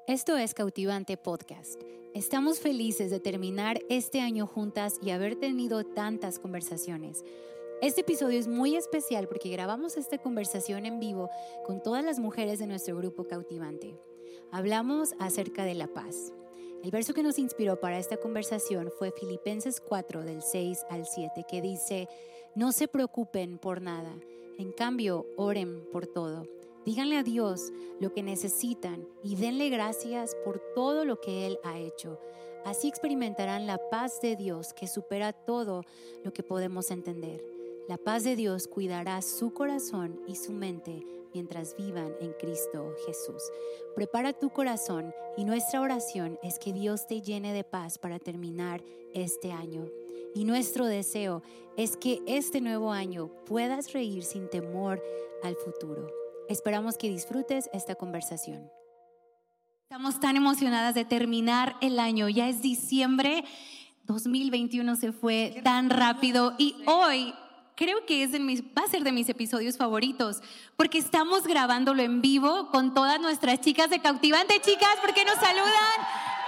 Esto es Cautivante Podcast. Estamos felices de terminar este año juntas y haber tenido tantas conversaciones. Este episodio es muy especial porque grabamos esta conversación en vivo con todas las mujeres de nuestro grupo Cautivante. Hablamos acerca de la paz. El verso que nos inspiró para esta conversación fue Filipenses 4, del 6 al 7, que dice: no se preocupen por nada, en cambio oren por todo. Díganle a Dios lo que necesitan y denle gracias por todo lo que Él ha hecho. Así experimentarán la paz de Dios que supera todo lo que podemos entender. La paz de Dios cuidará su corazón y su mente mientras vivan en Cristo Jesús. Prepara tu corazón y nuestra oración es que Dios te llene de paz para terminar este año. Y nuestro deseo es que este nuevo año puedas reír sin temor al futuro. Esperamos que disfrutes esta conversación. Estamos tan emocionadas de terminar el año. Ya es diciembre, 2021 se fue tan rápido y hoy creo que va a ser de mis episodios favoritos porque estamos grabándolo en vivo con todas nuestras chicas de Cautivante. Chicas, ¿por qué nos saludan?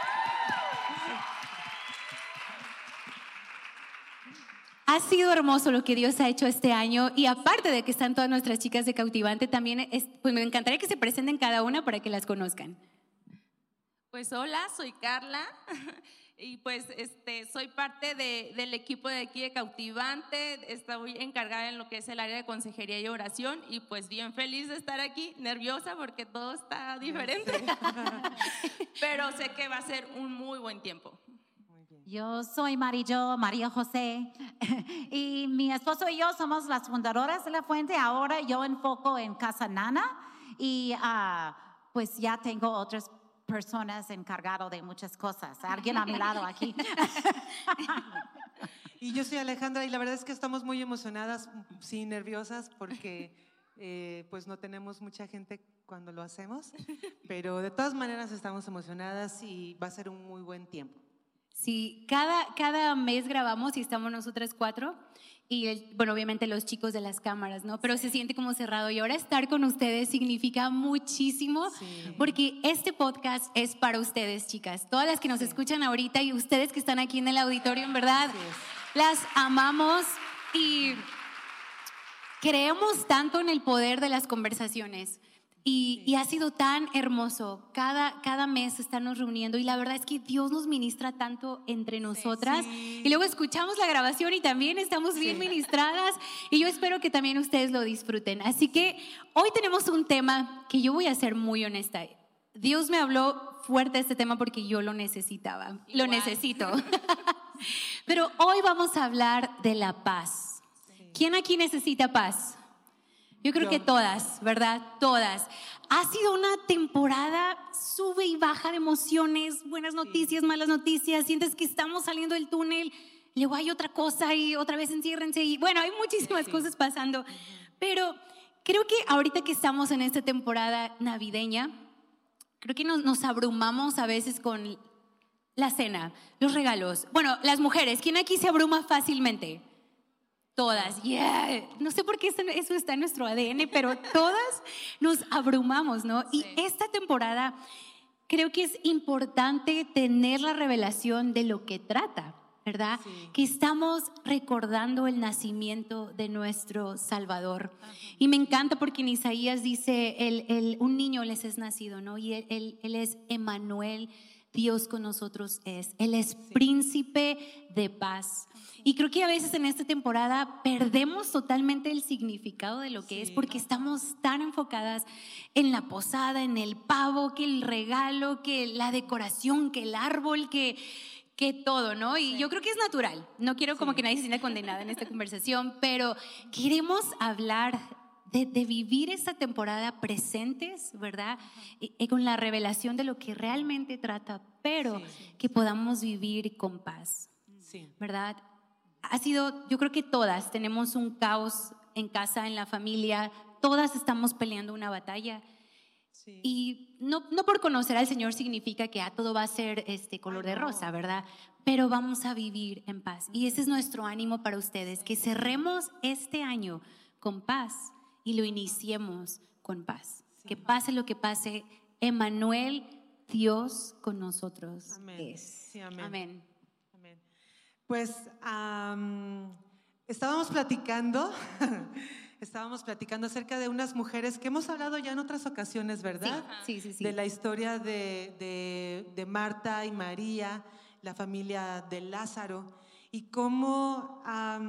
Ha sido hermoso lo que Dios ha hecho este año y aparte de que están todas nuestras chicas de Cautivante, también pues me encantaría que se presenten cada una para que las conozcan. Pues hola, soy Carla y pues soy parte del equipo de aquí de Cautivante. Estoy encargada en lo que es el área de consejería y oración y pues bien feliz de estar aquí, nerviosa porque todo está diferente, pero sé que va a ser un muy buen tiempo. Yo soy María José, y mi esposo y yo somos las fundadoras de La Fuente. Ahora yo enfoco en Casa Nana y pues ya tengo otras personas encargadas de muchas cosas. Alguien a mi lado aquí. Y yo soy Alejandra y la verdad es que estamos muy emocionadas, sí, nerviosas porque pues no tenemos mucha gente cuando lo hacemos, pero de todas maneras estamos emocionadas y va a ser un muy buen tiempo. Sí, cada mes grabamos y estamos nosotras 4 y bueno, obviamente los chicos de las cámaras, ¿no? Pero se siente como cerrado y ahora estar con ustedes significa muchísimo porque este podcast es para ustedes, chicas. Todas las que nos escuchan ahorita y ustedes que están aquí en el auditorio, en verdad, las amamos y creemos tanto en el poder de las conversaciones. Y ha sido tan hermoso, cada mes estarnos reuniendo y la verdad es que Dios nos ministra tanto entre nosotras y luego escuchamos la grabación y también estamos bien ministradas y yo espero que también ustedes lo disfruten. Así que hoy tenemos un tema que yo voy a ser muy honesta. Dios me habló fuerte este tema porque yo lo necesitaba, lo necesito. Pero hoy vamos a hablar de la paz. ¿Quién aquí necesita paz? Yo creo que todas, ¿verdad? Todas. Ha sido una temporada sube y baja de emociones, buenas noticias, malas noticias. Sientes que estamos saliendo del túnel, luego hay otra cosa y otra vez enciérrense. Y bueno, hay muchísimas cosas pasando. Pero creo que ahorita que estamos en esta temporada navideña, creo que nos abrumamos a veces con la cena, los regalos. Bueno, las mujeres, ¿quién aquí se abruma fácilmente? Todas, no sé por qué eso está en nuestro ADN, pero todas nos abrumamos, ¿no? Y esta temporada creo que es importante tener la revelación de lo que trata, ¿verdad? Que estamos recordando el nacimiento de nuestro Salvador. Y me encanta porque en Isaías dice, un niño les es nacido, ¿no? Y él es Emmanuel, Dios con nosotros es. Él es príncipe de paz. Y creo que a veces en esta temporada perdemos totalmente el significado de lo que es porque estamos tan enfocadas en la posada, en el pavo, que el regalo, que la decoración, que el árbol, que todo, ¿no? Y yo creo que es natural. No quiero como que nadie se sienta condenada en esta conversación, pero queremos hablar de vivir esta temporada presentes, ¿verdad? Con la revelación de lo que realmente trata, pero que podamos vivir con paz, ¿verdad? Yo creo que todas tenemos un caos en casa, en la familia, todas estamos peleando una batalla. Y no por conocer al Señor significa que todo va a ser color de rosa, ¿verdad? Pero vamos a vivir en paz. Y ese es nuestro ánimo para ustedes, que cerremos este año con paz y lo iniciemos con paz. Que pase lo que pase, Emmanuel Dios con nosotros Amén. es. Sí, amén. Amén. Amén. Pues estábamos platicando, acerca de unas mujeres que hemos hablado ya en otras ocasiones, ¿verdad? Sí. De la historia de Marta y María, la familia de Lázaro, y cómo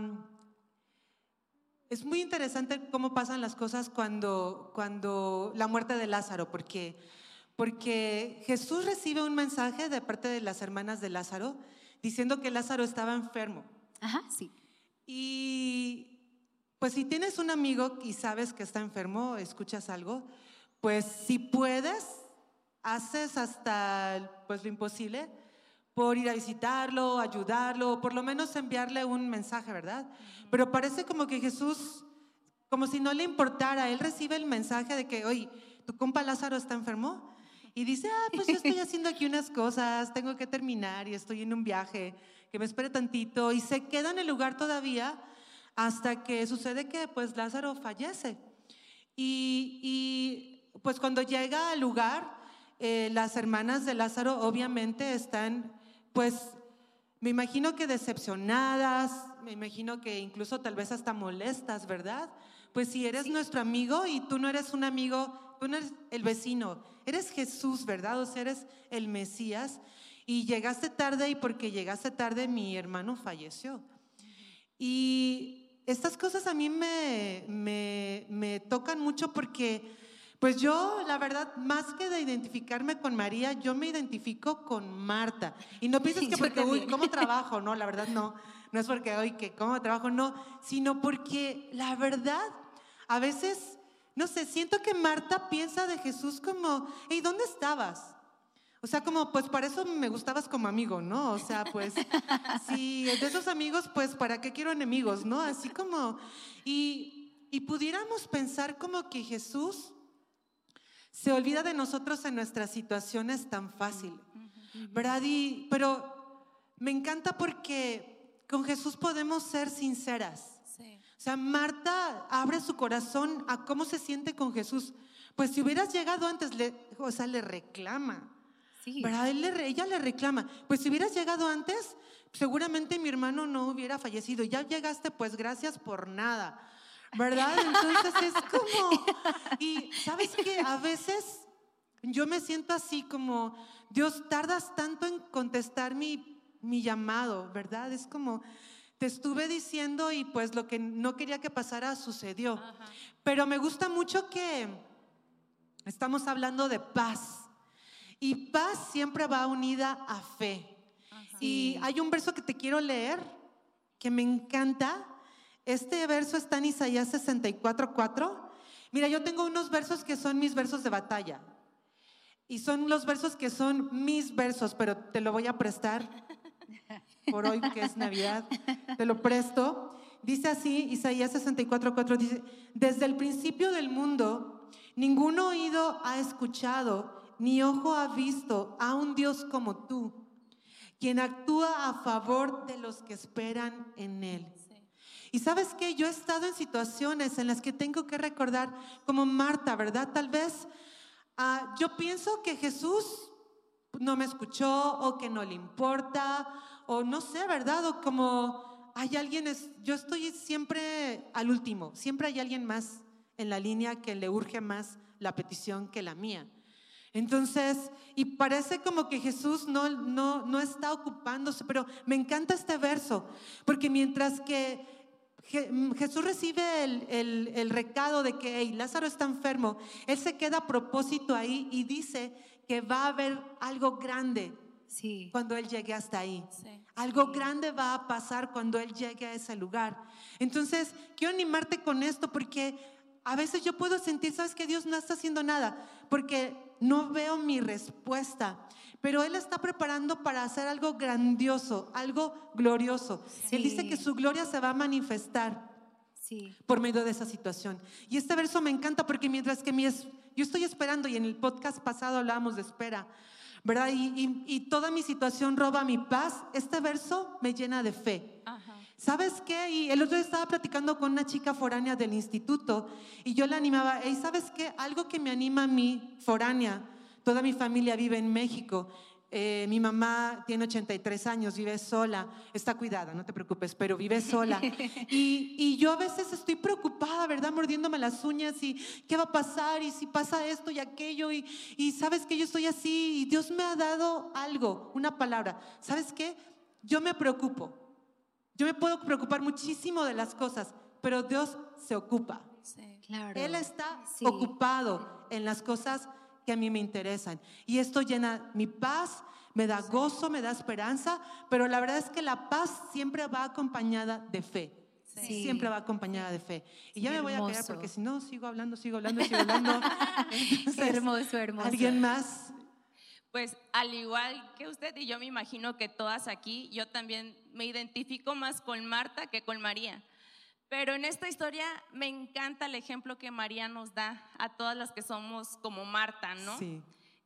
es muy interesante cómo pasan las cosas cuando la muerte de Lázaro, porque Jesús recibe un mensaje de parte de las hermanas de Lázaro diciendo que Lázaro estaba enfermo. Ajá, sí. Y pues si tienes un amigo y sabes que está enfermo, escuchas algo, pues si puedes, haces hasta pues lo imposible por ir a visitarlo, ayudarlo, por lo menos enviarle un mensaje, ¿verdad? Pero parece como que Jesús, como si no le importara, él recibe el mensaje de que, oye, tu compa Lázaro está enfermo, y dice, pues yo estoy haciendo aquí unas cosas, tengo que terminar y estoy en un viaje, que me espere tantito, y se queda en el lugar todavía hasta que sucede que pues Lázaro fallece. Y pues cuando llega al lugar, las hermanas de Lázaro obviamente están pues me imagino que decepcionadas, me imagino que incluso tal vez hasta molestas, ¿verdad? Pues si eres nuestro amigo y tú no eres un amigo, tú no eres el vecino, eres Jesús, ¿verdad? O sea, eres el Mesías y llegaste tarde y porque llegaste tarde mi hermano falleció. Y estas cosas a mí me tocan mucho porque pues yo, la verdad, más que de identificarme con María, yo me identifico con Marta. Y no pienses que porque, uy, ¿cómo trabajo? No, la verdad no es porque, uy, que ¿cómo trabajo? No, sino porque la verdad, a veces, no sé, siento que Marta piensa de Jesús como, hey, ¿dónde estabas? O sea, como, pues para eso me gustabas como amigo, ¿no? O sea, pues, sí, de esos amigos, pues, ¿para qué quiero enemigos, no? Así como, y pudiéramos pensar como que Jesús se olvida de nosotros en nuestras situaciones tan fácil, ¿verdad? Pero me encanta porque con Jesús podemos ser sinceras. Sí. O sea, Marta abre su corazón a cómo se siente con Jesús. Pues si hubieras llegado antes, le reclama. Sí. ¿Verdad? Ella le reclama. Pues si hubieras llegado antes, seguramente mi hermano no hubiera fallecido. Ya llegaste, pues gracias por nada. ¿Verdad? Entonces es como, y ¿sabes qué? A veces yo me siento así como, Dios, tardas tanto en contestar mi llamado, ¿verdad? Es como, te estuve diciendo y pues lo que no quería que pasara sucedió. Ajá. Pero me gusta mucho que estamos hablando de paz. Y paz siempre va unida a fe. Ajá. Y hay un verso que te quiero leer que me encanta. Este verso está en Isaías 64:4. Mira, yo tengo unos versos que son mis versos de batalla. Y son los versos que son mis versos, pero te lo voy a prestar por hoy que es Navidad. Te lo presto. Dice así, Isaías 64:4, dice, desde el principio del mundo, ningún oído ha escuchado, ni ojo ha visto a un Dios como tú, quien actúa a favor de los que esperan en Él. Y ¿sabes qué? Yo he estado en situaciones en las que tengo que recordar como Marta, ¿verdad? Tal vez yo pienso que Jesús no me escuchó o que no le importa o no sé, ¿verdad? O como hay alguien, yo estoy siempre al último, siempre hay alguien más en la línea que le urge más la petición que la mía. Entonces, y parece como que Jesús no está ocupándose, pero me encanta este verso, porque mientras que Jesús recibe el recado de que hey, Lázaro está enfermo, él se queda a propósito ahí y dice que va a haber algo grande cuando él llegue hasta ahí. Algo grande va a pasar cuando él llegue a ese lugar. Entonces, quiero animarte con esto porque a veces yo puedo sentir, ¿sabes qué? Dios no está haciendo nada porque no veo mi respuesta. Pero Él está preparando para hacer algo grandioso, algo glorioso. Él dice que su gloria se va a manifestar por medio de esa situación. Y este verso me encanta porque mientras que yo estoy esperando, y en el podcast pasado hablábamos de espera, ¿verdad? Y toda mi situación roba mi paz, este verso me llena de fe. Ajá. ¿Sabes qué? Y el otro día estaba platicando con una chica foránea del instituto y yo la animaba, ¿sabes qué? Algo que me anima a mí, foránea, Toda mi familia vive en México. Mi mamá tiene 83 años, vive sola, está cuidada, no te preocupes, pero vive sola. Y yo a veces estoy preocupada, ¿verdad? Mordiéndome las uñas y ¿qué va a pasar? Y si pasa esto y aquello y sabes que yo estoy así y Dios me ha dado algo, una palabra. ¿Sabes qué? Yo me preocupo. Yo me puedo preocupar muchísimo de las cosas, pero Dios se ocupa. Sí. Claro. Él está Sí. ocupado en las cosas que a mí me interesan. Y esto llena mi paz, me da gozo, me da esperanza, pero la verdad es que la paz siempre va acompañada de fe. Sí. Siempre va acompañada de fe. Y ya me voy a callar Hermoso. porque si no, sigo hablando. Entonces, Hermoso, hermoso. ¿alguien más? Pues al igual que usted y yo me imagino que todas aquí, yo también me identifico más con Marta que con María. Pero en esta historia me encanta el ejemplo que María nos da a todas las que somos como Marta, ¿no? Sí.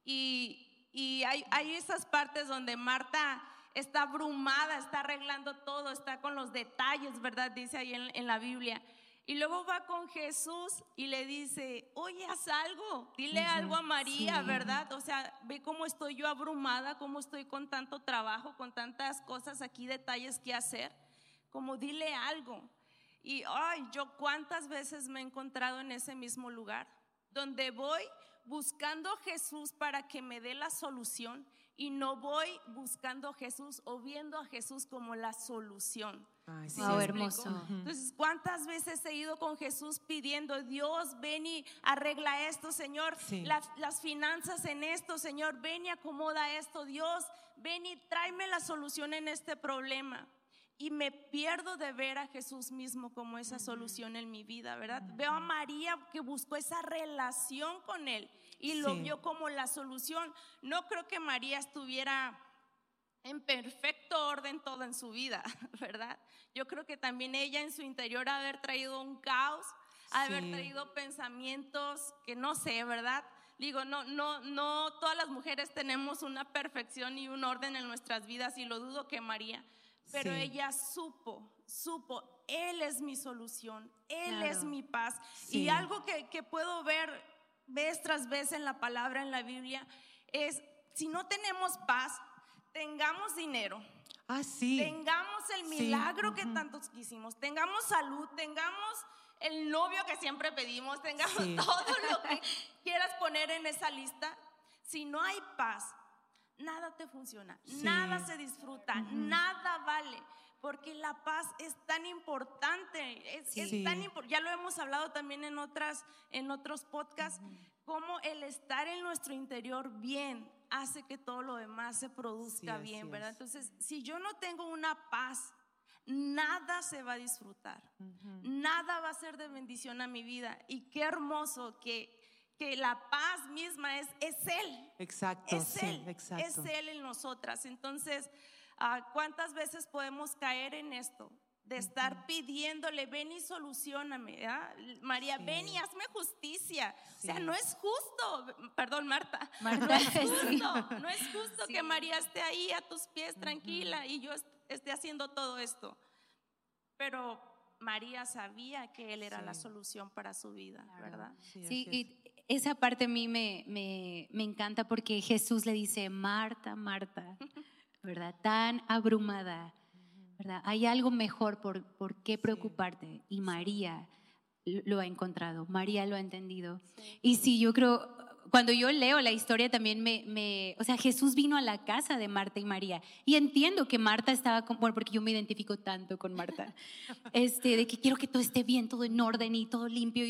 Y hay esas partes donde Marta está abrumada, está arreglando todo, está con los detalles, ¿verdad? Dice ahí en la Biblia. Y luego va con Jesús y le dice, oye, haz algo, dile algo a María, sí. ¿verdad? O sea, ve cómo estoy yo abrumada, cómo estoy con tanto trabajo, con tantas cosas aquí, detalles que hacer, como dile algo. Y ay, yo cuántas veces me he encontrado en ese mismo lugar, donde voy buscando a Jesús para que me dé la solución y no voy buscando a Jesús o viendo a Jesús como la solución. Ay, ¿Sí Wow, me hermoso. explico? Entonces, ¿cuántas veces he ido con Jesús pidiendo, Dios, ven y arregla esto, Señor? Sí. Las finanzas en esto, Señor, ven y acomoda esto, Dios, ven y tráeme la solución en este problema. Y me pierdo de ver a Jesús mismo como esa solución en mi vida, ¿verdad? Veo a María que buscó esa relación con Él y lo Sí. vio como la solución. No creo que María estuviera en perfecto orden todo en su vida, ¿verdad? Yo creo que también ella en su interior ha haber traído un caos, ha haber Sí. traído pensamientos que no sé, ¿verdad? Digo, no todas las mujeres tenemos una perfección y un orden en nuestras vidas y lo dudo que María. Pero Sí. ella supo, Él es mi solución, Él Claro. es mi paz. Sí. Y algo que puedo ver vez tras vez en la palabra, en la Biblia, es si no tenemos paz, tengamos dinero, Ah, sí. tengamos el Sí. milagro que tantos quisimos, tengamos salud, tengamos el novio que siempre pedimos, tengamos Sí. todo lo que quieras poner en esa lista. Si no hay paz, nada te funciona, Sí. nada se disfruta, nada vale, porque la paz es tan importante, es Sí. tan ya lo hemos hablado también en otros podcasts, cómo el estar en nuestro interior bien hace que todo lo demás se produzca Sí, bien, así ¿verdad? es. Entonces, si yo no tengo una paz, nada se va a disfrutar, nada va a ser de bendición a mi vida. Y qué hermoso que la paz misma es Él. Exacto, Es sí, Él, exacto. es Él en nosotras. Entonces, ¿cuántas veces podemos caer en esto? De estar pidiéndole, ven y solucioname, ¿verdad? María, Sí. ven y hazme justicia. O sea, Sí. no es justo, perdón Marta, Marta, no es sí. justo, no es justo que María esté ahí a tus pies tranquila y yo esté haciendo todo esto. Pero María sabía que Él era Sí. la solución para su vida, ¿verdad? Sí, Sí, así es. y esa parte a mí me encanta porque Jesús le dice, Marta, Marta, ¿verdad? Tan abrumada, ¿verdad? Hay algo mejor por qué preocuparte. Y María lo ha encontrado, María lo ha entendido. Y sí, yo creo, cuando yo leo la historia también o sea, Jesús vino a la casa de Marta y María. Y entiendo que Marta estaba, bueno, porque yo me identifico tanto con Marta, de que quiero que todo esté bien, todo en orden y todo limpio.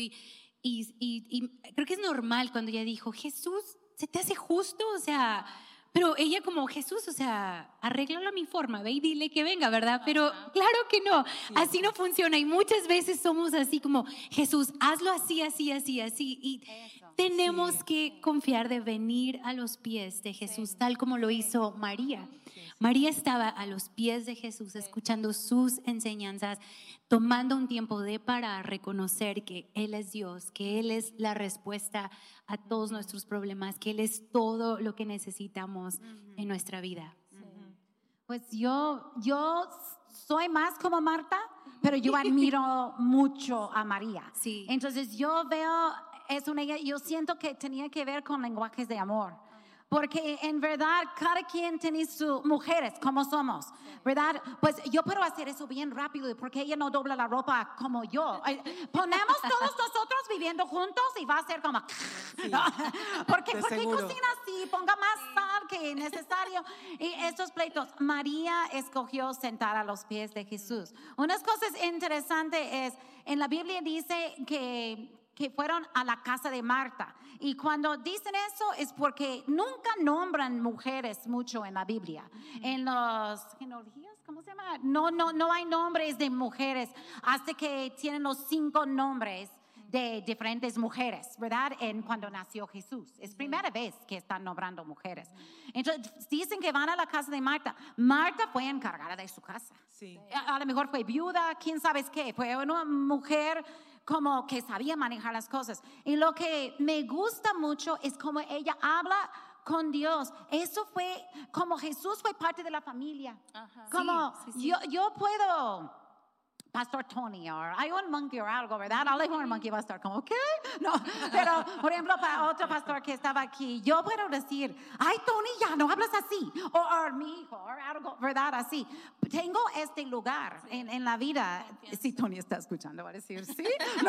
Y creo que es normal cuando ella dijo, Jesús, ¿se te hace justo? O sea, pero ella como Jesús, o sea, arréglalo a mi forma, ve y dile que venga, ¿verdad? Pero claro que no, así no funciona. Y muchas veces somos así como, Jesús, hazlo así, así, así, así. Y tenemos que confiar de venir a los pies de Jesús, tal como lo hizo María. María estaba a los pies de Jesús, escuchando sus enseñanzas, tomando un tiempo para reconocer que Él es Dios, que Él es la respuesta a todos nuestros problemas, que Él es todo lo que necesitamos en nuestra vida. Pues yo soy más como Marta, pero yo admiro mucho a María. Sí. Entonces yo veo, yo siento que tenía que ver con lenguajes de amor. Porque en verdad cada quien tiene sus mujeres como somos, ¿verdad? Pues yo puedo hacer eso bien rápido porque ella no dobla la ropa como yo. Ponemos todos nosotros viviendo juntos y va a ser como... ¿Por qué cocina así? Ponga más sal que necesario. Y estos pleitos, María escogió sentar a los pies de Jesús. Unas cosas interesantes es, en la Biblia dice que fueron a la casa de Marta. Y cuando dicen eso es porque nunca nombran mujeres mucho en la Biblia. En los genealogías, ¿cómo se llama? No hay nombres de mujeres hasta que tienen los 5 nombres de diferentes mujeres, ¿verdad? Cuando nació Jesús. Es primera vez que están nombrando mujeres. Entonces dicen que van a la casa de Marta. Marta fue encargada de su casa. Sí. A lo mejor fue viuda, quién sabe qué. Fue una mujer como que sabía manejar las cosas. Y lo que me gusta mucho es como ella habla con Dios. Eso fue como Jesús fue parte de la familia. Ajá. Como Sí. yo puedo... Pastor Tony, o hay un monkey o algo, ¿verdad? A lo mejor el monkey va a estar como, ¿qué? No, pero por ejemplo, para otro pastor que estaba aquí, yo puedo decir, ay, Tony, ya no hablas así, o mi hijo, o algo, ¿verdad? Así. Tengo este lugar en la vida. Si Tony está escuchando, va a decir, ¿sí? No,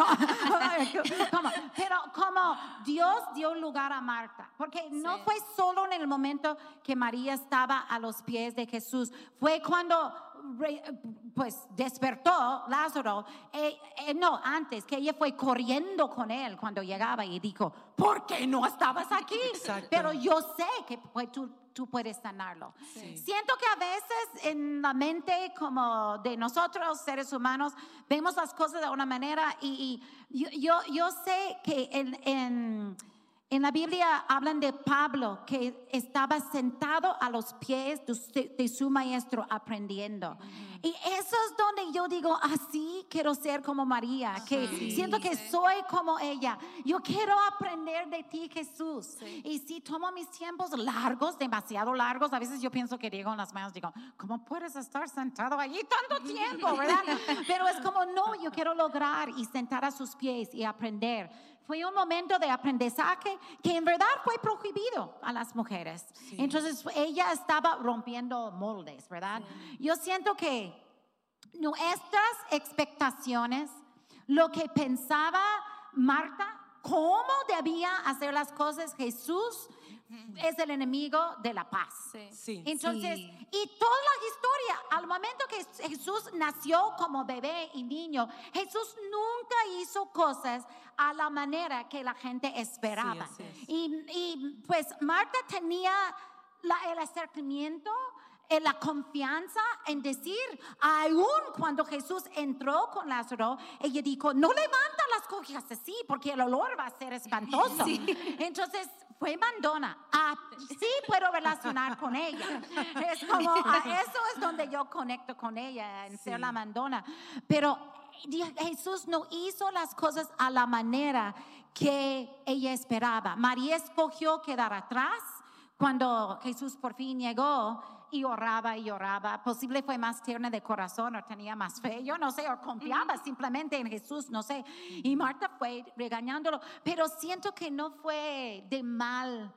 pero como Dios dio lugar a Marta, porque no fue solo en el momento que María estaba a los pies de Jesús, fue cuando pues despertó Lázaro, no, antes que ella fue corriendo con él cuando llegaba y dijo, ¿por qué no estabas aquí? Exacto. Pero yo sé que pues, tú puedes sanarlo. Sí. Siento que a veces en la mente como de nosotros seres humanos vemos las cosas de una manera y yo sé que en la Biblia hablan de Pablo que estaba sentado a los pies de su maestro aprendiendo. Y eso es donde yo digo, así quiero ser como María, que siento que soy como ella. Yo quiero aprender de ti, Jesús. Sí. Y si tomo mis tiempos largos, demasiado largos, a veces yo pienso que digo en las manos, digo, ¿cómo puedes estar sentado allí tanto tiempo, verdad? Pero es como, no, yo quiero lograr y sentar a sus pies y aprender. Fue un momento de aprendizaje que en verdad fue prohibido a las mujeres. Sí. Entonces ella estaba rompiendo moldes, ¿verdad? Yo siento que nuestras expectaciones, lo que pensaba Marta, cómo debía hacer las cosas Jesús, es el enemigo de la paz. Sí. Sí. Entonces, Sí. y toda la historia, al momento que Jesús nació como bebé y niño, Jesús nunca hizo cosas a la manera que la gente esperaba. Sí, así es. Y pues Marta tenía el acercamiento, la confianza en decir, aún cuando Jesús entró con Lázaro, ella dijo, no levanta las cosas así porque el olor va a ser espantoso. Entonces fue mandona. Sí puedo relacionar con ella. Es como, eso es donde yo conecto con ella, en ser la mandona. Pero Jesús no hizo las cosas a la manera que ella esperaba. María escogió quedar atrás cuando Jesús por fin llegó y oraba. Posible fue más tierna de corazón o tenía más fe, yo no sé, o confiaba simplemente en Jesús, no sé. Y Marta fue regañándolo, pero siento que no fue de maldad,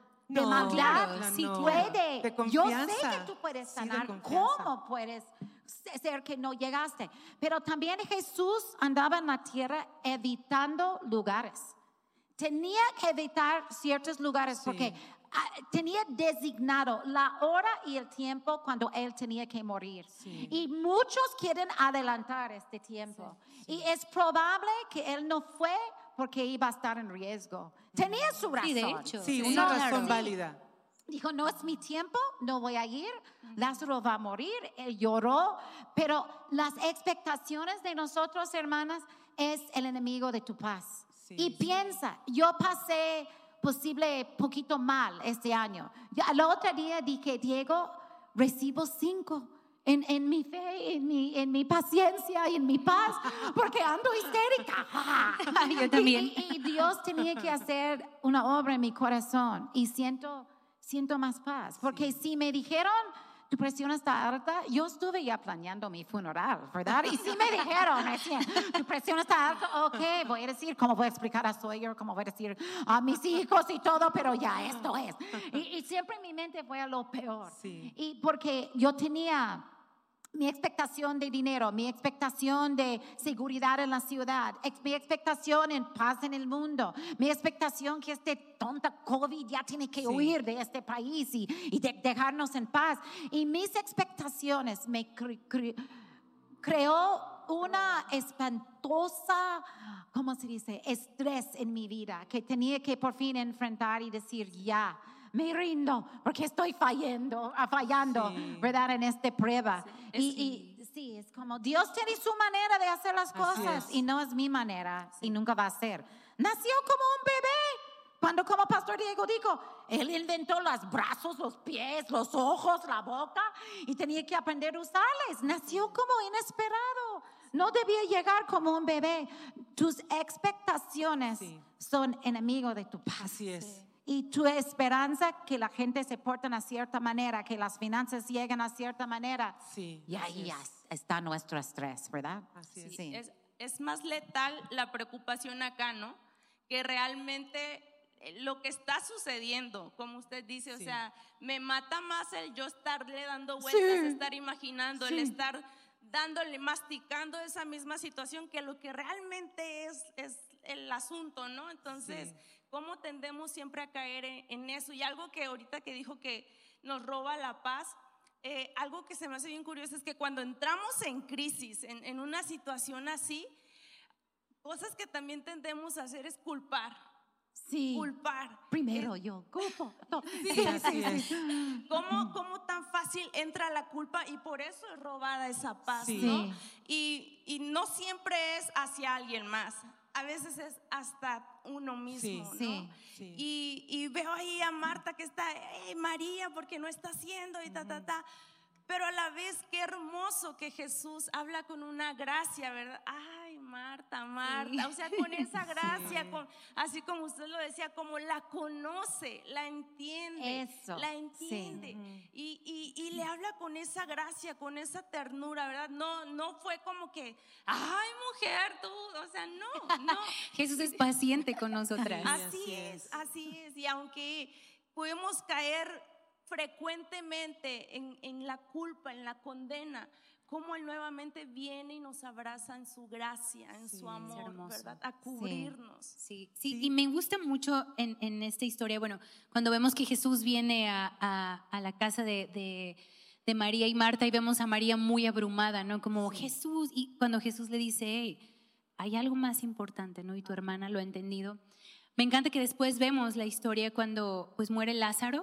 sí, fue de yo confianza. sé que tú puedes Sí, de sanar, confianza. ¿cómo puedes ser que no llegaste? Pero también Jesús andaba en la tierra evitando lugares. Tenía que evitar ciertos lugares porque tenía designado la hora y el tiempo cuando él tenía que morir. Sí. Y muchos quieren adelantar este tiempo. Y es probable que él no fue porque iba a estar en riesgo. Tenía su razón. Sí, de hecho. Sí, Sí, una claro. razón Sí. válida. Dijo, no es mi tiempo, no voy a ir, Lázaro va a morir, él lloró, pero las expectaciones de nosotros, hermanas, es el enemigo de tu paz. Sí, Y sí. piensa, yo pasé posible poquito mal este año. El otro día dije, Diego, recibo 5 en mi fe, en mi paciencia y en mi paz, porque ando histérica. Yo también. Y Dios tenía que hacer una obra en mi corazón y siento más paz, porque si me dijeron ¿tu presión está alta? Yo estuve ya planeando mi funeral, ¿verdad? Y sí me dijeron, ¿tu presión está alta? Ok, voy a decir, ¿cómo voy a explicar a Sawyer? ¿Cómo voy a decir a mis hijos y todo? Pero ya, esto es. Y siempre en mi mente fue a lo peor. Sí. Y porque yo tenía mi expectación de dinero, mi expectación de seguridad en la ciudad, mi expectación en paz en el mundo, mi expectación que este tonta COVID ya tiene que huir de este país y dejarnos en paz. Y mis expectaciones me creó una espantosa, ¿cómo se dice? Estrés en mi vida que tenía que por fin enfrentar y decir ya. Me rindo porque estoy fallando, ¿verdad? En esta prueba. Y sí, es como Dios tiene su manera de hacer las cosas y no es mi manera y nunca va a ser. Nació como un bebé. Cuando como Pastor Diego dijo, él inventó los brazos, los pies, los ojos, la boca y tenía que aprender a usarles. Nació como inesperado. No debía llegar como un bebé. Tus expectaciones son enemigos de tu paz. Así es. Y tu esperanza que la gente se porte de cierta manera, que las finanzas lleguen a cierta manera. Sí, Y ahí ya está nuestro estrés, ¿verdad? Así es. Sí. Es más letal la preocupación acá, ¿no? Que realmente lo que está sucediendo, como usted dice, o sea, me mata más el yo estarle dando vueltas, estar imaginando, el estar dándole, masticando esa misma situación que lo que realmente es el asunto, ¿no? Entonces, ¿cómo tendemos siempre a caer en eso? Y algo que ahorita que dijo que nos roba la paz, algo que se me hace bien curioso es que cuando entramos en crisis, en una situación así, cosas que también tendemos a hacer es culpar. Sí. Culpar. Primero yo culpo. Sí. ¿Cómo tan fácil entra la culpa? Y por eso es robada esa paz, ¿no? Y no siempre es hacia alguien más. A veces es hasta uno mismo, ¿no? Sí. Y veo ahí a Marta que está, María, porque no está haciendo y Pero a la vez, qué hermoso que Jesús habla con una gracia, ¿verdad? Ay, Marta, o sea, con esa gracia, así como usted lo decía, como la conoce, la entiende, y le habla con esa gracia, con esa ternura, ¿verdad? No fue como que, ay, mujer, tú, o sea, no. Jesús es paciente con nosotras. Así es, y aunque podemos caer frecuentemente en la culpa, en la condena, como Él nuevamente viene y nos abraza en su gracia, en su amor, ¿verdad? A cubrirnos. Sí, y me gusta mucho en esta historia, bueno, cuando vemos que Jesús viene a la casa de María y Marta y vemos a María muy abrumada, ¿no? Como Jesús, y cuando Jesús le dice, hey, hay algo más importante, ¿no? Y tu hermana lo ha entendido. Me encanta que después vemos la historia cuando pues muere Lázaro.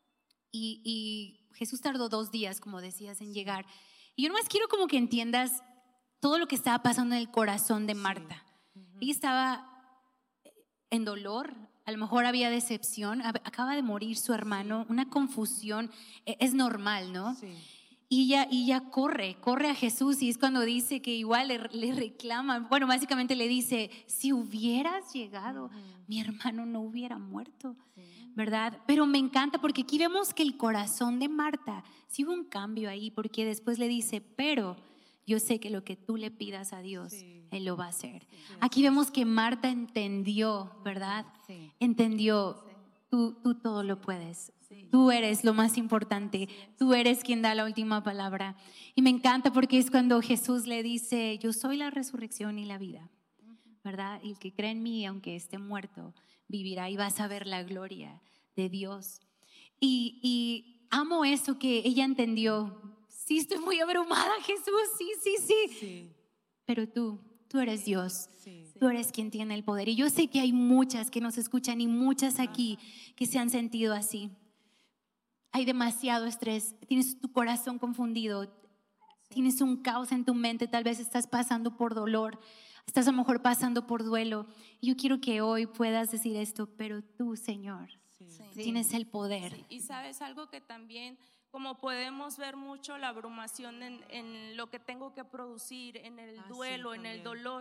Y Jesús tardó 2 días, como decías, en llegar. Y yo nomás quiero como que entiendas todo lo que estaba pasando en el corazón de Marta. Ella estaba en dolor, a lo mejor había decepción, acaba de morir su hermano, una confusión, es normal, ¿no? Sí. Y ella corre a Jesús y es cuando dice que igual le reclama, bueno, básicamente le dice, si hubieras llegado, mi hermano no hubiera muerto. ¿Verdad? Pero me encanta porque aquí vemos que el corazón de Marta, sí hubo un cambio ahí, porque después le dice, pero yo sé que lo que tú le pidas a Dios, Él lo va a hacer. Aquí vemos que Marta entendió, ¿verdad? Entendió, tú todo lo puedes. Tú eres lo más importante, tú eres quien da la última palabra. Y me encanta porque es cuando Jesús le dice, yo soy la resurrección y la vida, ¿verdad? Y el que cree en mí, aunque esté muerto, vivirá y vas a ver la gloria de Dios. Y amo eso que ella entendió. Sí, estoy muy abrumada, Jesús, sí. Pero tú eres Dios. Tú eres quien tiene el poder. Y yo sé que hay muchas que nos escuchan y muchas aquí que se han sentido así. Hay demasiado estrés, tienes tu corazón confundido, tienes un caos en tu mente, tal vez estás pasando por dolor. Estás a lo mejor pasando por duelo. Y yo quiero que hoy puedas decir esto, pero tú, Señor, tienes el poder. Sí. Y sabes algo que también, como podemos ver mucho la abrumación en lo que tengo que producir, en el duelo, en el dolor,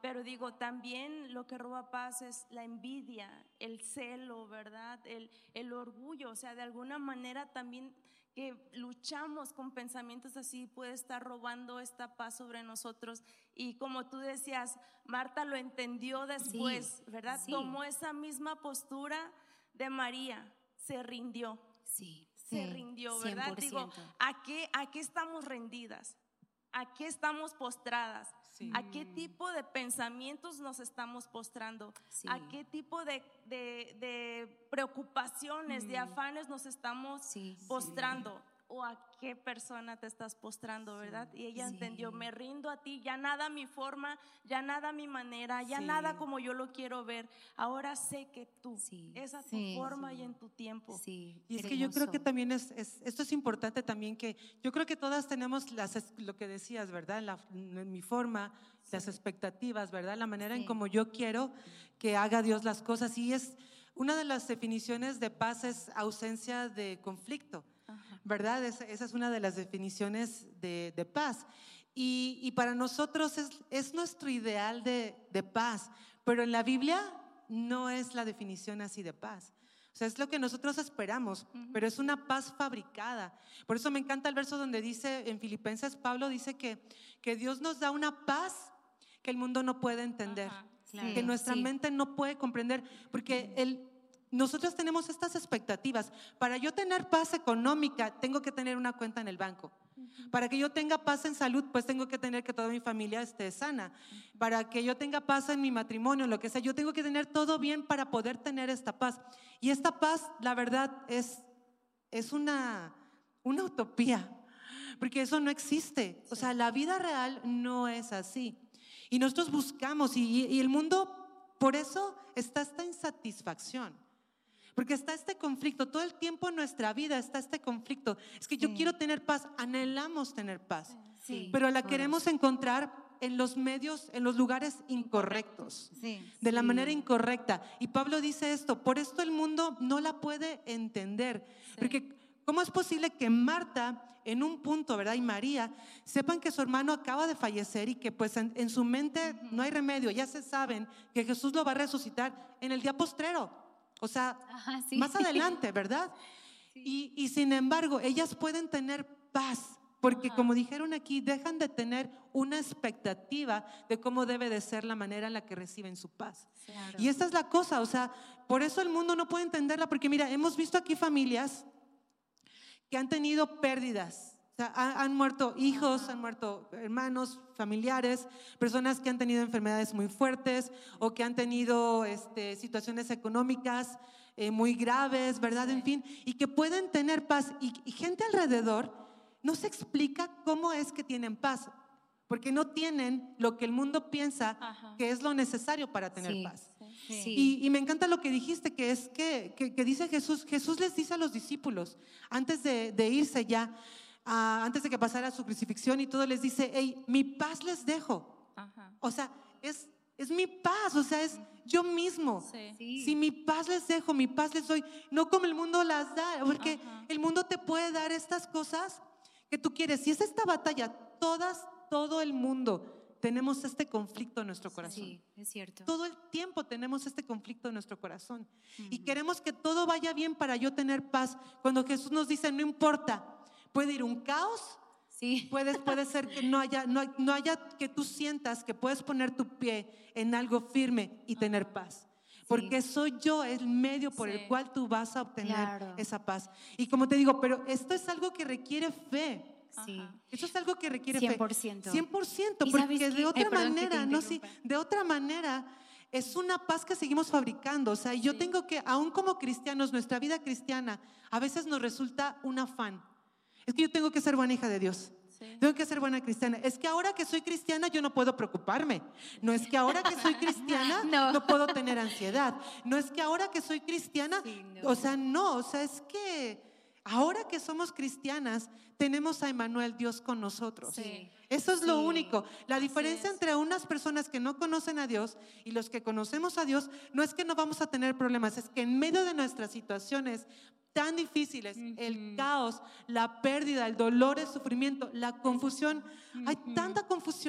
Pero digo, también lo que roba paz es la envidia, el celo, ¿verdad? El orgullo, o sea, de alguna manera también que luchamos con pensamientos así puede estar robando esta paz sobre nosotros. Y como tú decías, Marta lo entendió después, ¿verdad? sí. Tomó esa misma postura de María, se rindió. Sí. Se rindió, ¿verdad? 100%. Digo, ¿a qué estamos rendidas? ¿A qué estamos postradas? Sí. ¿A qué tipo de pensamientos nos estamos postrando? Sí. ¿A qué tipo de preocupaciones, de afanes nos estamos Sí. postrando? ¿O a qué persona te estás postrando, verdad? Y ella Sí. entendió, me rindo a ti, ya nada a mi forma, ya nada a mi manera, ya Sí. nada como yo lo quiero ver. Ahora sé que tú, Sí. es a tu Sí. forma y en tu tiempo. Sí. Y es que yo creo que hermoso. también esto es importante también, que yo creo que todas tenemos lo que decías, ¿verdad? En mi forma, las expectativas, ¿verdad? La manera en Sí. como yo quiero que haga Dios las cosas. Y es una de las definiciones de paz, es ausencia de conflicto, ¿verdad? Esa es una de las definiciones de paz. Y para nosotros es nuestro ideal de paz, pero en la Biblia no es la definición así de paz. O sea, es lo que nosotros esperamos, pero es una paz fabricada. Por eso me encanta el verso donde dice en Filipenses, Pablo dice que Dios nos da una paz que el mundo no puede entender, Claro. que nuestra Sí. mente no puede comprender, porque nosotros tenemos estas expectativas. Para yo tener paz económica, tengo que tener una cuenta en el banco. Para que yo tenga paz en salud, pues tengo que tener que toda mi familia esté sana. Para que yo tenga paz en mi matrimonio, lo que sea, yo tengo que tener todo bien para poder tener esta paz. Y esta paz, la verdad, es una utopía, porque eso no existe. O sea, la vida real no es así. Y nosotros buscamos, y el mundo, por eso está esta insatisfacción. Porque está este conflicto, todo el tiempo en nuestra vida está este conflicto. Es que yo Sí. quiero tener paz, anhelamos tener paz, Sí. pero la queremos encontrar en los medios, en los lugares incorrectos, Sí. de la manera incorrecta. Y Pablo dice esto, por esto el mundo no la puede entender. Porque ¿cómo es posible que Marta en un punto, ¿verdad? Y María sepan que su hermano acaba de fallecer y que pues en su mente no hay remedio, ya se saben que Jesús lo va a resucitar en el día postrero? O sea, Ajá, sí. más adelante, ¿verdad? Y sin embargo, ellas pueden tener paz, porque como dijeron aquí, dejan de tener una expectativa de cómo debe de ser la manera en la que reciben su paz. Claro. Y esta es la cosa, o sea, por eso el mundo no puede entenderla, porque mira, hemos visto aquí familias que han tenido pérdidas. O sea, han muerto hijos, han muerto hermanos, familiares, personas que han tenido enfermedades muy fuertes o que han tenido situaciones económicas muy graves, ¿verdad? En fin, y que pueden tener paz. Y gente alrededor no se explica cómo es que tienen paz, porque no tienen lo que el mundo piensa que es lo necesario para tener Sí. paz. Sí. Y me encanta lo que dijiste, que es que dice Jesús les dice a los discípulos, antes de irse ya, antes de que pasara su crucifixión y todo, les dice, hey, mi paz les dejo. O sea, es mi paz, o sea, es yo mismo. Sí. Si mi paz les dejo, mi paz les doy, no como el mundo las da, porque el mundo te puede dar estas cosas que tú quieres. Si es esta batalla, todo el mundo tenemos este conflicto en nuestro corazón. Sí, es cierto. Todo el tiempo tenemos este conflicto en nuestro corazón. Y queremos que todo vaya bien para yo tener paz. Cuando Jesús nos dice, no importa, puede ir un caos, Sí. puede ser que no haya que tú sientas que puedes poner tu pie en algo firme y tener paz. Porque soy yo el medio por el cual tú vas a obtener Claro. esa paz. Y como te digo, pero esto es algo que requiere fe. Sí. Eso es algo que requiere 100%. fe. 100%. ¿Y Porque sabes qué? de otra Perdón que te manera, no, sí, interrumpa. de otra manera es una paz que seguimos fabricando. O sea, yo tengo que, aún como cristianos, nuestra vida cristiana a veces nos resulta un afán. Es que yo tengo que ser buena hija de Dios. Tengo que ser buena cristiana. Es que ahora que soy cristiana yo no puedo preocuparme. No es que ahora que soy cristiana no puedo tener ansiedad. No es que ahora que soy cristiana, o sea, es que ahora que somos cristianas tenemos a Emmanuel, Dios con nosotros. Sí. Eso es lo Sí. único. La diferencia entre unas personas que no conocen a Dios y los que conocemos a Dios no es que no vamos a tener problemas, es que en medio de nuestras situaciones tan difíciles, el caos, la pérdida, el dolor, el sufrimiento, la confusión, hay tanta confusión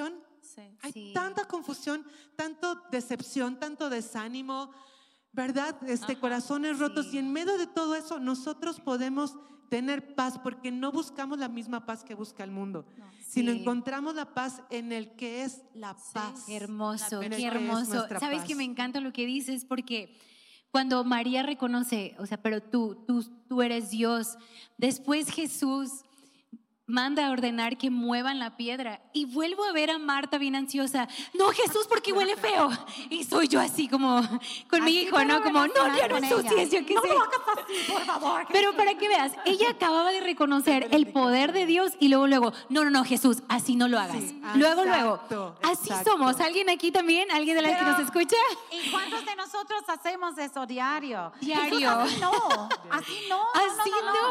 Sí. Hay Sí. tanta confusión, tanto decepción, tanto desánimo, ¿verdad? Corazones rotos. Sí. Y en medio de todo eso, nosotros podemos tener paz porque no buscamos la misma paz que busca el mundo, sino Sí. encontramos la paz en el que es la paz. Qué hermoso, En el qué que es hermoso. nuestra Sabes paz. que me encanta lo que dices porque cuando María reconoce, o sea, pero tú eres Dios, después Jesús manda a ordenar que muevan la piedra y vuelvo a ver a Marta bien ansiosa. No, Jesús, porque huele feo. Y soy yo así como con mi Así hijo, puedo ¿no? Como, no, relacionar ya no con ensucies, ella. yo qué No sé. lo hagas así, por favor. Pero para que veas, ella acababa de reconocer el poder de Dios y luego, no, Jesús, así no lo hagas. Sí, luego, exacto, así exacto. somos. ¿Alguien aquí también? ¿Alguien de las que Pero- nos escucha? ¿Y cuántos de nosotros hacemos eso diario? Diario. Jesús, así no, así no. Así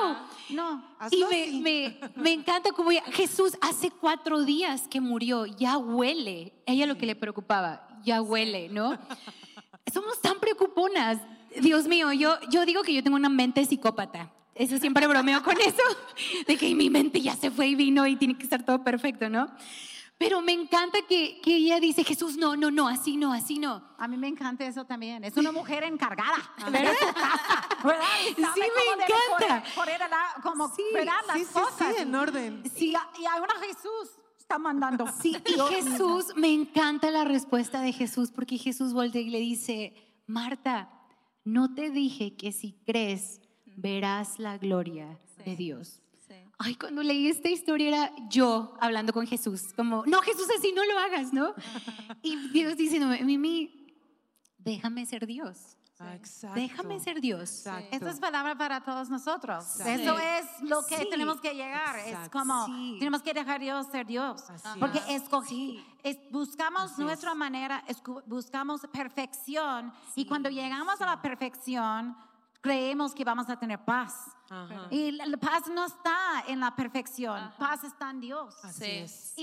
No. Y Hazlo así. me encanta como Jesús hace 4 días que murió, ya huele. Ella lo que le preocupaba, ya huele, ¿no? Somos tan preocuponas. Dios mío, yo digo que yo tengo una mente psicópata. Eso siempre bromeo con eso, de que mi mente ya se fue y vino y tiene que estar todo perfecto, ¿no? Pero me encanta que ella dice, Jesús, no, así no, así no. A mí me encanta eso también. Es una mujer encargada. ¿Verdad? ¿Verdad? Y sabe Sí, me cómo debe encanta. como, Sí, ¿verdad? Las Sí, sí, cosas. sí, en orden. Y aún a Jesús está mandando. Sí, y Jesús, me encanta la respuesta de Jesús, porque Jesús voltea y le dice, Marta, no te dije que si crees, verás la gloria de Dios. Sí. Ay, cuando leí esta historia era yo hablando con Jesús, como, no, Jesús, así no lo hagas, ¿no? Y Dios diciéndome, Mimi, déjame ser Dios, Ah, exacto. déjame ser Dios. Exacto. Esta es palabra para todos nosotros. Exacto. Eso es lo que Sí. tenemos que llegar. Es Exacto. como, Sí. tenemos que dejar Dios ser Dios. Así Porque es. buscamos Así nuestra es. manera, buscamos perfección. Y cuando llegamos a la perfección, creemos que vamos a tener paz. Ajá. Y la paz no está en la perfección, paz está en Dios. Así Sí. es.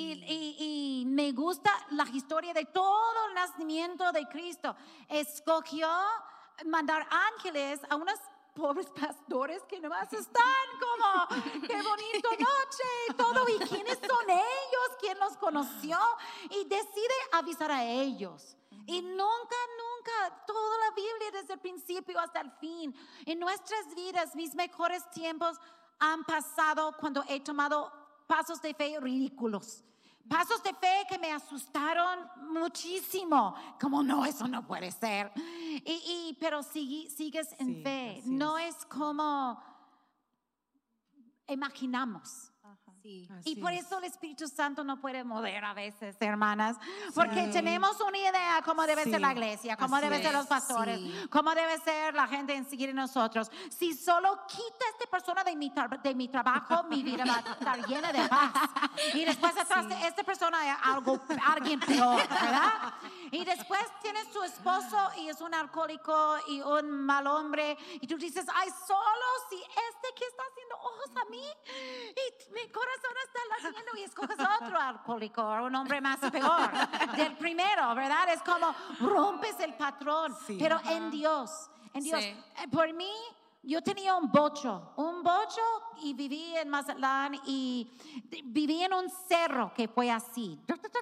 Y me gusta la historia de todo el nacimiento de Cristo. Escogió mandar ángeles a unos pobres pastores que nomás están como, qué bonito noche y todo. ¿Y quiénes son ellos? ¿Quién los conoció? Y decide avisar a ellos. Y nunca, toda la Biblia desde el principio hasta el fin, en nuestras vidas, mis mejores tiempos han pasado cuando he tomado pasos de fe ridículos. Pasos de fe que me asustaron muchísimo. Como no, eso no puede ser. Pero sigues en Sí, fe. así No es. es como imaginamos. Sí. Y Así por es. eso el Espíritu Santo no puede mover a veces, hermanas, porque tenemos una idea cómo debe Sí, ser la iglesia, cómo así deben ser es. los pastores, Sí. cómo debe ser la gente en seguir en nosotros. Si solo quita a esta persona de mi trabajo, mi vida va a estar llena de paz. Y después atrás de esta persona hay alguien peor, ¿verdad? Y después tienes tu esposo y es un alcohólico y un mal hombre y tú dices, ay, solo si que está haciendo ojos a mí y mi corazón está latiendo y escoges otro alcohólico o un hombre más peor del primero, ¿verdad? Es como rompes el patrón, Sí. pero en Dios, Sí. Por mí, yo tenía un bocho y viví en Mazatlán y viví en un cerro que fue así.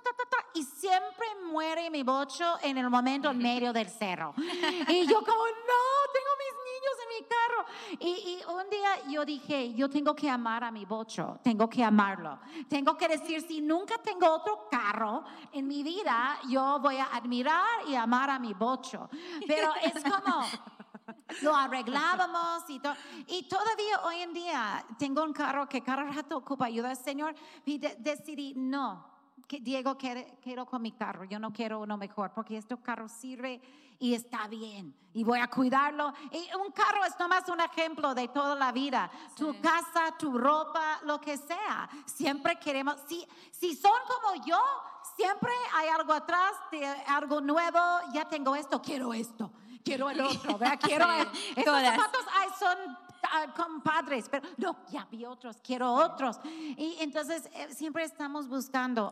Y siempre muere mi bocho en el momento en medio del cerro. Y yo como, no, tengo mis niños en mi carro. Y un día yo dije, yo tengo que amar a mi bocho, tengo que amarlo. Tengo que decir, si nunca tengo otro carro en mi vida, yo voy a admirar y amar a mi bocho. Pero es como... Lo arreglábamos y todavía hoy en día tengo un carro que cada rato ocupa ayuda al Señor y decidí Diego, quiero con mi carro, yo no quiero uno mejor porque este carro sirve y está bien y voy a cuidarlo. Y un carro es nomás un ejemplo de toda la vida. Tu casa, tu ropa, lo que sea. Siempre queremos, si son como yo, siempre hay algo atrás de algo nuevo. Ya tengo esto, quiero esto. Quiero el otro, ¿verdad? Estos todas. zapatos son compadres, pero no, ya vi otros, quiero otros. Y entonces siempre estamos buscando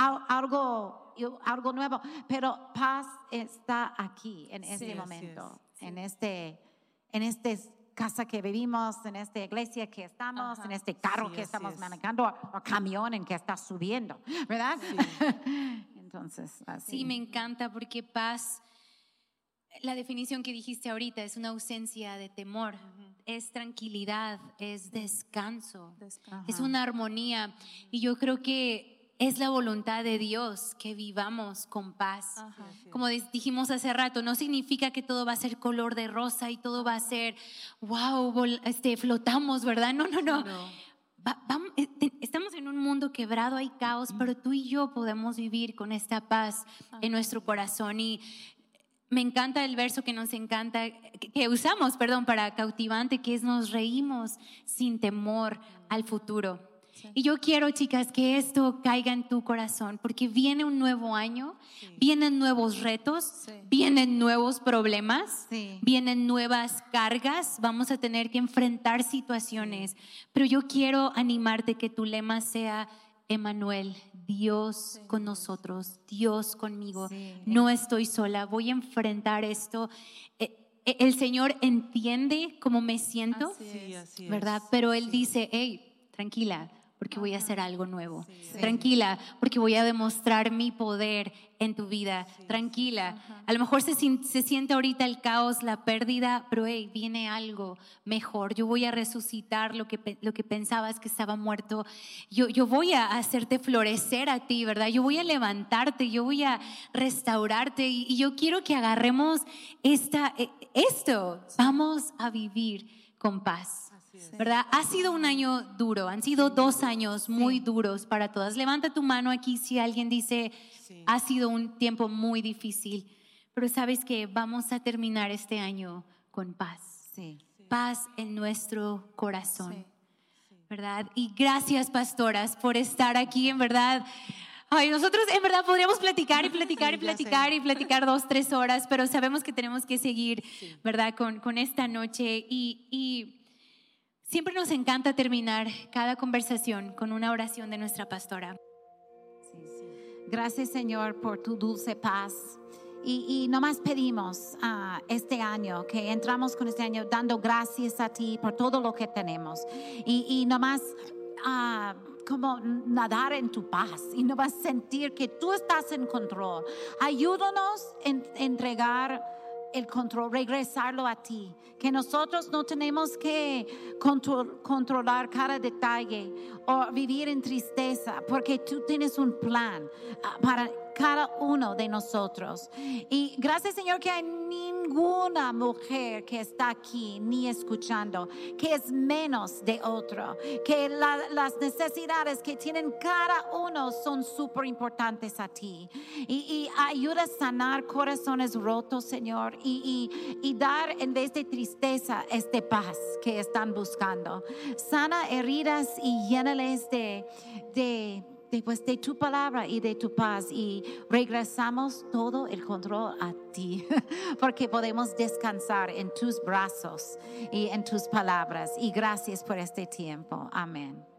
algo nuevo, pero paz está aquí en este Sí, momento, así en este casa que vivimos, en esta iglesia que estamos, en este carro Sí, que así estamos es. manejando o camión en que estás subiendo, ¿verdad? Entonces, así. Sí, me encanta porque paz, la definición que dijiste ahorita, es una ausencia de temor, es tranquilidad, es descanso, es una armonía. Y yo creo que es la voluntad de Dios que vivamos con paz. Como dijimos hace rato, no significa que todo va a ser color de rosa y todo va a ser, wow, flotamos, ¿verdad? No. Estamos en un mundo quebrado, hay caos, pero tú y yo podemos vivir con esta paz en nuestro corazón. Y me encanta el verso que nos encanta, que usamos, para cautivante, que es: nos reímos sin temor al futuro. Y yo quiero, chicas, que esto caiga en tu corazón, porque viene un nuevo año, vienen nuevos retos, vienen nuevos problemas, vienen nuevas cargas, vamos a tener que enfrentar situaciones, pero yo quiero animarte que tu lema sea: Emmanuel, Dios con nosotros, Dios conmigo, no estoy sola, voy a enfrentar esto. El Señor entiende cómo me siento, Así ¿verdad? es. Pero Él dice: hey, tranquila, porque voy a hacer algo nuevo. Tranquila, porque voy a demostrar mi poder en tu vida. Tranquila. A lo mejor se siente ahorita el caos, la pérdida, pero hey, viene algo mejor. Yo voy a resucitar lo que pensabas que estaba muerto. Yo voy a hacerte florecer a ti, ¿verdad? Yo voy a levantarte, yo voy a restaurarte, y yo quiero que agarremos esto. Vamos a vivir con paz. ¿Verdad? Ha sido un año duro, han sido 2 años muy duros para todas. Levanta tu mano aquí si alguien dice: ha sido un tiempo muy difícil, pero sabes que vamos a terminar este año con paz. Paz en nuestro corazón, ¿verdad? Y gracias, pastoras, por estar aquí, en verdad. Ay, nosotros en verdad podríamos platicar y platicar y platicar y platicar 2-3 horas, pero sabemos que tenemos que seguir, ¿verdad? Con esta noche y siempre nos encanta terminar cada conversación con una oración de nuestra pastora. Gracias, Señor, por tu dulce paz. Y nomás pedimos este año, que entramos con este año dando gracias a ti por todo lo que tenemos. Y nomás como nadar en tu paz y nomás sentir que tú estás en control. Ayúdanos a entregar el control, regresarlo a ti, que nosotros no tenemos que controlar cada detalle o vivir en tristeza, porque tú tienes un plan para cada uno de nosotros. Y gracias, Señor, que hay ninguna mujer que está aquí ni escuchando que es menos de otro, que las necesidades que tienen cada uno son súper importantes a ti, y ayuda a sanar corazones rotos, Señor, y dar en vez de tristeza paz que están buscando. Sana heridas y llénales de tu palabra y de tu paz, y regresamos todo el control a ti, porque podemos descansar en tus brazos y en tus palabras. Y gracias por este tiempo. Amén.